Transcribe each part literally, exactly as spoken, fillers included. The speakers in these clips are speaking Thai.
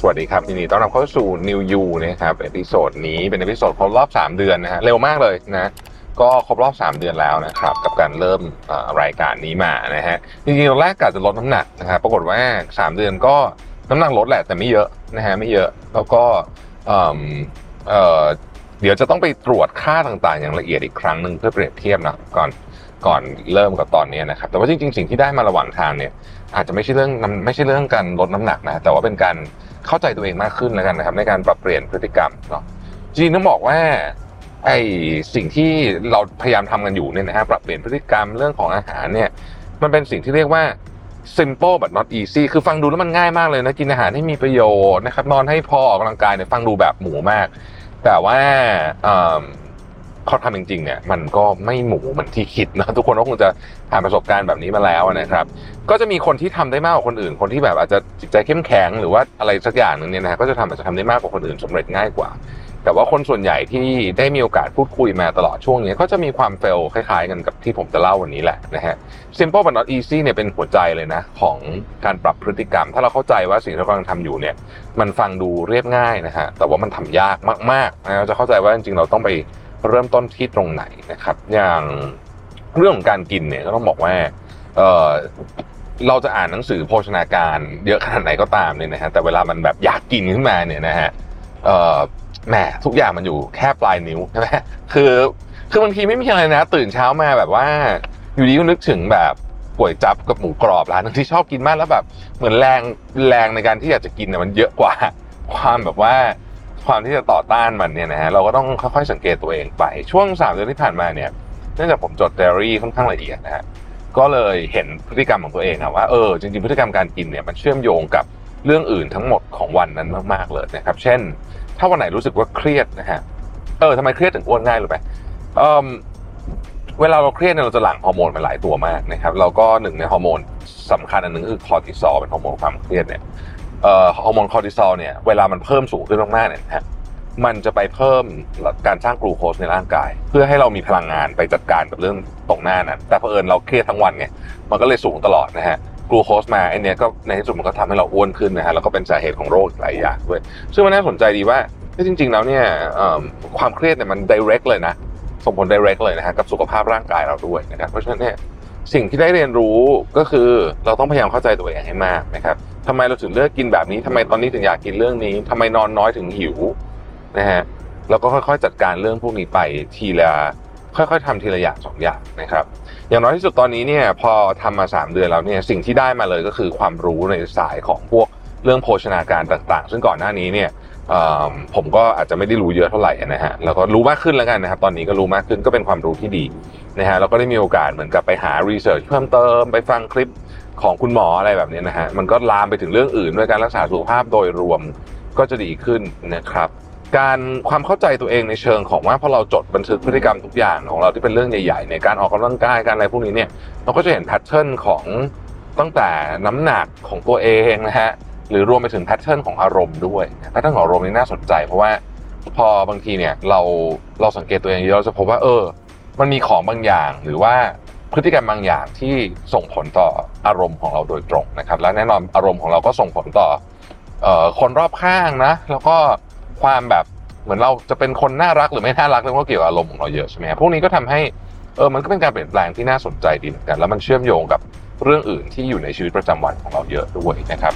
วัสดีครับยินดีต้อนรับเข้าสู่ New You นะครับเอพิโซดนี้เป็นเอพิโซดครบรอบสามเดือนนะฮะเร็วมากเลยนะก็ครบรอบสามเดือนแล้วนะครับกับการเริ่มรายการนี้มานะฮะจริงๆตอนแรกกะจะลดน้ำหนักนะครับปรากฏว่าสามเดือนก็น้ำหนักลดแหละแต่ไม่เยอะนะฮะไม่เยอะแล้วก็เอ่อเอ่อเดี๋ยวจะต้องไปตรวจค่าต่างๆอย่างละเอียดอีกครั้งหนึ่งเพื่อเปรียบเทียบนะก่อนก่อนเริ่มกับตอนนี้นะครับแต่ว่าจริงๆสิ่งที่ได้มาระหว่างทางเนี่ยอาจจะไม่ใช่เรื่องไม่ใช่เรื่องการลดน้ำหนักนะแต่ว่าเป็นการเข้าใจตัวเองมากขึ้นแล้วกันนะครับในการปรับเปลี่ยนพฤติกรรมเนาะจริงๆต้องบอกว่าไอ้สิ่งที่เราพยายามทำกันอยู่เนี่ยนะฮะปรับเปลี่ยนพฤติกรรมเรื่องของอาหารเนี่ยมันเป็นสิ่งที่เรียกว่า simple but not easy คือฟังดูแล้วมันง่ายมากเลยนะกินอาหารให้มีประโยชน์นะครับนอนให้พอออกกำลังกายเนี่ยฟังดูแบบหมูมากแต่ว่าพอทำจริงๆเนี่ยมันก็ไม่หมูเหมือนที่คิดนะทุกคนก็คงจะผ่านประสบการณ์แบบนี้มาแล้วนะครับก็จะมีคนที่ทำได้มากกว่าคนอื่นคนที่แบบอาจจะจิตใจเข้มแข็งหรือว่าอะไรสักอย่างนึงเนี่ยนะฮะก็จะทำอาจจะทำได้มากกว่าคนอื่นสำเร็จง่ายกว่าแต่ว่าคนส่วนใหญ่ที่ได้มีโอกาสพูดคุยมาตลอดช่วงนี้ก็จะมีความเฟลคล้ายๆกันกับที่ผมจะเล่าวันนี้แหละนะฮะ simple but not easy เนี่ยเป็นหัวใจเลยนะของการปรับพฤติกรรมถ้าเราเข้าใจว่าสิ่งที่เรากำลังทำอยู่เนี่ยมันฟังดูเรียบง่ายนะฮะแต่ว่ามันทำยากมากๆนะเราจะเข้าใจว่าจริงๆเราต้องไปเริ่มต้นที่ตรงไหนนะครับอย่างเรื่องของการกินเนี่ยก็ต้องบอกว่าเออเราจะอ่านหนังสือโภชนาการเยอะขนาดไหนก็ตามเนี่ยนะฮะแต่เวลามันแบบอยากกินขึ้นมาเนี่ยนะฮะเออแหมทุกอย่างมันอยู่แค่ปลายนิ้วใช่ไหมคือคือบางทีไม่มีอะไรนะตื่นเช้ามาแบบว่าอยู่ดีก็นึกถึงแบบก๋วยจั๊บกับหมูกรอบร้านนึงที่ชอบกินมากแล้วแบบเหมือนแรงแรงในการที่อยากจะกินเนี่ยมันเยอะกว่าความแบบว่าความที่จะต่อต้านมันเนี่ยนะฮะเราก็ต้องค่อยๆสังเกตตัวเองไปช่วงสามเดือนที่ผ่านมาเนี่ยเนื่องจากผมจดไดอารี่ค่อนข้างละเอียดนะฮะก็เลยเห็นพฤติกรรมของตัวเองอะว่าเออจริงๆพฤติกรรมการกินเนี่ยมันเชื่อมโยงกับเรื่องอื่นทั้งหมดของวันนั้นมากๆเลยนะครับเช่นถ้าวันไหนรู้สึกว่าเครียดนะฮะเออทำไมเครียดถึงอ้วนง่ายหรือเปล่าเออเวลาเราเครียดเนี่ยเราจะหลั่งฮอร์โมนมาหลายตัวมากนะครับแล้วก็หนึ่งในฮอร์โมนสำคัญอันหนึ่งคือคอร์ติซอลเป็นฮอร์โมนความเครียดเนี่ยเอ่อฮอร์โมนคอร์ติซอลเนี่ยเวลามันเพิ่มสูงขึ้นมากๆเนี่ยนะฮะมันจะไปเพิ่มการสร้างกลูโคสในร่างกายเพื่อให้เรามีพลังงานไปจัดการกับเรื่องตรงหน้านั้นแต่เผอิญเราเครียดทั้งวันไงมันก็เลยสูงตลอดนะฮะกลูโคสมาไอเนี้ยก็ในที่สุดมันก็ทำให้เราอ้วนขึ้นนะฮะแล้วก็เป็นสาเหตุของโรคหลายอย่างด้วยซึ่งมันน่าสนใจดีว่าจริงๆแล้วเนี่ยความเครียดเนี่ยมัน direct เลยนะส่งผล direct เลยนะฮะกับสุขภาพร่างกายเราด้วยนะครับเพราะฉะนั้นเนี่ยสิ่งที่ได้เรียนรู้ก็คือเราต้องพยายามเข้าใจตัวเองให้มากนะครับทำไมเราถึงเลือกกินแบบนี้ทำไมตอนนี้ถึงอยากกินเรื่องนี้ทำไมนอนน้อยถึงหิวนะฮะแล้วก็ค่อยๆจัดการเรื่องพวกนี้ไปทีละค่อยๆทำทีละอย่างสองอย่างนะครับอย่างน้อยที่สุดตอนนี้เนี่ยพอทำมาสามเดือนแล้วเนี่ยสิ่งที่ได้มาเลยก็คือความรู้ในสายของพวกเรื่องโภชนาการต่างๆซึ่งก่อนหน้านี้เนี่ยผมก็อาจจะไม่ได้รู้เยอะเท่าไหร่นะฮะแล้วก็รู้มากขึ้นแล้วกันนะครับตอนนี้ก็รู้มากขึ้นก็เป็นความรู้ที่ดีนะฮะแล้วก็ได้มีโอกาสเหมือนกับไปหารีเสิร์ชเพิ่มเติมไปฟังคลิปของคุณหมออะไรแบบนี้นะฮะมันก็ลามไปถึงเรื่องอื่นด้วยการรักษาสุขภาพโดยรวมก็จะดีขึ้นนะครับการความเข้าใจตัวเองในเชิงของว่าพอเราจดบันทึกพฤติกรรมทุกอย่างของเราที่เป็นเรื่องใหญ่ๆในการออกกำลังกายการอะไรพวกนี้เนี่ยเราก็จะเห็นแพทเทิร์นของตั้งแต่น้ำหนักของตัวเองนะฮะหรือรวมไปถึงแพทเทิร์นของอารมณ์ด้วยแพทเทิร์นของอารมณ์นี่น่าสนใจเพราะว่าพอบางทีเนี่ยเราเราสังเกตตัวเองเยอะเราจะพบว่าเออมันมีของบางอย่างหรือว่าพฤติกรรมบางอย่างที่ส่งผลต่ออารมณ์ของเราโดยตรงนะครับและแน่นอนอารมณ์ของเราก็ส่งผลต่อเอ่อคนรอบข้างนะแล้วก็ความแบบเหมือนเราจะเป็นคนน่ารักหรือไม่น่ารักเรื่องก็เกี่ยวกับอารมณ์ของเราเยอะใช่ไหมพวกนี้ก็ทำให้เออมันก็เป็นการเปลี่ยนแปลงที่น่าสนใจดีเหมือนกันแล้วมันเชื่อมโยงกับเรื่องอื่นที่อยู่ในชีวิตประจำวันของเราเยอะด้วยนะครับ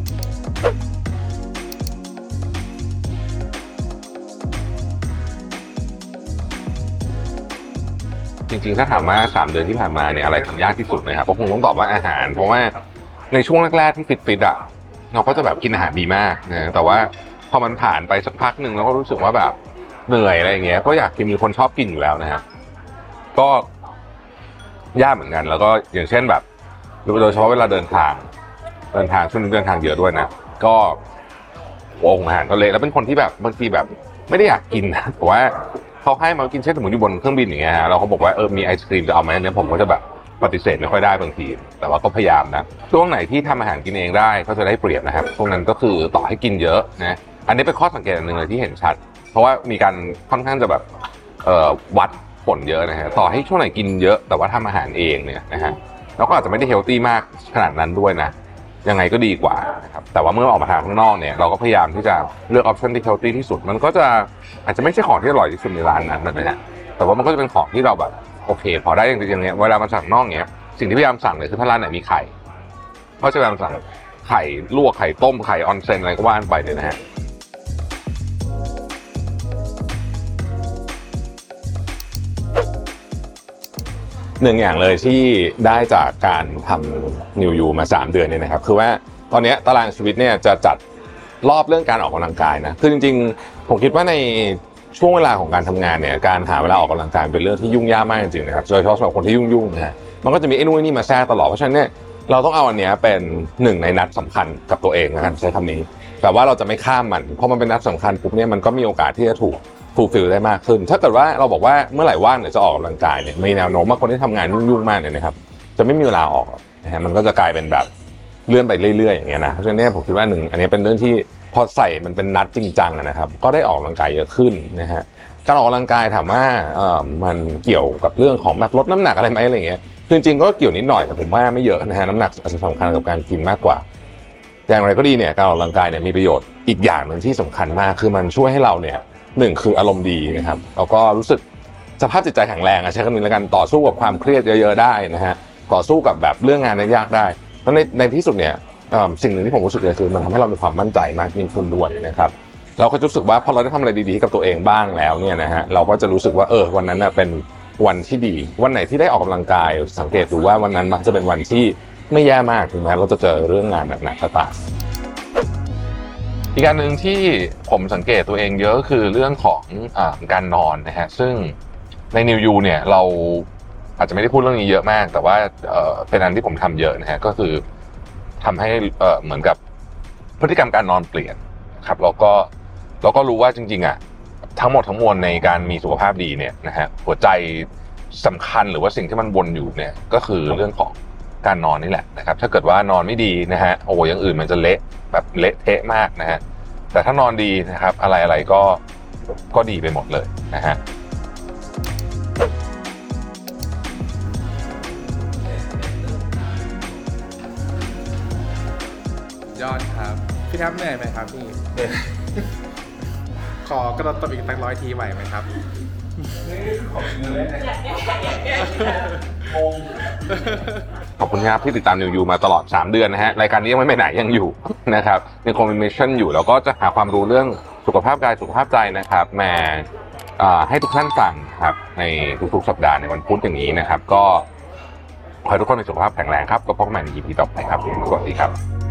จริงๆถ้าถามว่าสามเดือนที่ผ่านมาเนี่ยอะไรทำยากที่สุดนะครับก็คงต้องตอบว่าอาหารเพราะว่าในช่วงแรกๆที่ฟิตๆอ่ะเราก็จะแบบกินอาหารดีมากนะแต่ว่าพอมันผ่านไปสักพักหนึ่งเราก็รู้สึกว่าแบบเหนื่อยอะไรอย่างเงี้ยก็อยากกินมีคนชอบกินอยู่แล้วนะครับก็ยากเหมือนกันแล้วก็อย่างเช่นแบบโดยเฉพาะเวลาเดินทางเดินทางช่วงนี้เดินทางเยอะด้วยนะก็โอ่งอาหารก็เละแล้วเป็นคนที่แบบบางทีแบบไม่ได้อยากกินนะแต่ว่าเขาให้มากินเช่นสมมติอยู่บนเครื่องบินอย่างเงี้ยฮะเราเขาบอกว่าเออมีไอศกรีมจะเอาไหมเนี่ยผมก็จะแบบปฏิเสธไม่ค่อยได้บางทีแต่ว่าก็พยายามนะช่วงไหนที่ทำอาหารกินเองได้ก็จะได้เปรียบนะครับพวกนั้นก็คือต่อให้กินเยอะนะอันนี้เป็นข้อสังเกตอันหนึ่งเลยที่เห็นชัดเพราะว่ามีการค่อนข้างจะแบบเอ่อวัดผลเยอะนะฮะต่อให้ช่วงไหนกินเยอะแต่ว่าทำอาหารเองเนี่ยนะฮะเราก็อาจจะไม่ได้เฮลตี้มากขนาดนั้นด้วยนะยังไงก็ดีกว่านะครับแต่ว่าเมื่อออกมาทางข้างนอกเนี่ยเราก็พยายามที่จะเลือกออปชันที่เฮลตี้ที่สุดมันก็จะอาจจะไม่ใช่ของที่อร่อยที่สุดในร้านนั้นนะฮะแต่ว่ามันก็จะเป็นของที่เราแบบโอเคพอได้อย่างอย่างเงี้ยเวลามาสั่งนอกเนี้ยสิ่งที่พยายามสั่งเลยคือถ้าร้านไหนมีไข่เพราะจะพยายามสั่งไข่ลวกไข่ต้มไข่ออนเซนอะไรก็ว่าไปเลยนะฮะหนึ่งอย่างเลยที่ได้จากการทำนิวยูมาสามเดือนเนี่ยนะครับคือว่าตอนนี้ตารางชีวิตเนี่ยจะจัดรอบเรื่องการออกกำลังกายนะคือจริงๆผมคิดว่าในช่วงเวลาของการทำงานเนี่ยการหาเวลาออกกำลังกายเป็นเรื่องที่ยุ่งยากมากจริงๆนะครับโดยเฉพาะสำหรับคนที่ยุ่งๆนะฮะมันก็จะมีไอ้นู่นนี่มาแทรกตลอดเพราะฉะนั้นเนี่ยเราต้องเอาอันเนี้ยเป็นหนึ่งในนัดสำคัญกับตัวเองนะครับใช้คำนี้แต่ว่าเราจะไม่ข้ามมันเพราะมันเป็นนัดสำคัญปุ๊บเนี่ยมันก็มีโอกาสที่จะถูกฟูลฟิลได้มากขึ้นถ้าเกิดว่าเราบอกว่าเมื่อไหร่ว่างเดี๋ยวจะออกกำลังกายเนี่ยมีแนวโน้มว่าคนที่ทำงานยุ่งๆมากเนี่ยนะครับจะไม่มีเวลาออกนะฮะมันก็จะกลายเป็นแบบเลื่อนไปเรื่อยๆอย่างเงี้ยนะเพราะฉะนั้นผมคิดว่าหนึ่งอันนี้เป็นเรื่องที่พอใส่มันเป็นนัดจริงจังนะครับก็ได้ออกกำลังกายเยอะขึ้นนะฮะการออกกำลังกายถามว่าเอ่อมันเกี่ยวกับเรื่องของแบบลดน้ำหนักอะไรไหมอะไรเงี้ยจริงๆก็เกี่ยวนิดหน่อยแต่ผมว่าไม่เยอะนะฮะน้ำหนักอาจจะสำคัญกับการกินมากกว่าอย่างไรก็ดีเนี่ยการออกกำลังกายเนี่ยมีประโยชน์อีกอย่างหนึ่งที่สำคัญมากคือมันช่วยให้เราเนี่ยหนึ่งคืออารมณ์ดีนะครับแล้วก็รู้สึกสภาพจิตใจแข็งแรงใช้คำนี้แล้วกันต่อสู้กับความเครียดเยอะๆได้นะฮะต่อสู้กับแบบเรื่องงานยากได้แล้วในในที่สุดเนี่ยสิ่งหนึ่งที่ผมรู้สึกเลยคือมันทำให้เรามีความมั่นใจมากยิ่งขึ้นด้วยนะครับเราก็รู้สึกว่าพอเราได้ทำอะไรดีๆกับตัวเองบ้างแล้วเนี่ยนะฮะเราก็จะรู้สึกว่าเออวันนั้นน่ะเป็นวันที่ดีวันไหนที่ได้ออกกำลังกายสังเกตดูว่าวันนั้นมักจะเป็นวันที่ไม่แย่มากถึงแม้เราจะเจอเรื่องงานหนักๆก็ตามอีกการหนึ่งที่ผมสังเกตตัวเองเยอะคือเรื่องของอ่าการนอนนะฮะซึ่งใน New You เนี่ยเราอาจจะไม่ได้พูดเรื่องนี้เยอะมากแต่ว่าเอ่อเป็นอันที่ผมทำเยอะนะฮะก็คือทำให้เอ่อเหมือนกับพฤติกรรมการนอนเปลี่ยนครับแล้วก็เราก็รู้ว่าจริงๆอ่ะทั้งหมดทั้งมวลในการมีสุขภาพดีเนี่ยนะฮะหัวใจสำคัญหรือว่าสิ่งที่มันวนอยู่เนี่ยก็คือเรื่องของการนอนนี่แหละนะครับถ้าเกิดว่านอนไม่ดีนะฮะโอ้อย่างอื่นมันจะเละแบบเละเทะมากนะฮะแต่ถ้านอนดีนะครับอะไรอะไรก็ก็ดีไปหมดเลยนะฮะยอดครับพี่แทบเหนื่อยไหมครับพี่ขอกระโดดตบอีกตั้งร้อยทีไหวไหมครับขอบคุณครับที่ติดตามนิวยูมาตลอดสามเดือนนะฮะรายการนี้ยังไม่ไปไหนยังอยู่นะครับยังคงมีมิชชั่นอยู่แล้วก็จะหาความรู้เรื่องสุขภาพกายสุขภาพใจนะครับมาให้ทุกท่านฟังครับในทุกๆสัปดาห์ในวันพุธอย่างนี้นะครับก็ขอให้ทุกคนมีสุขภาพแข็งแรงครับก็พบกันใหม่ใน อี พี ต่อไปครับสวัสดีครับ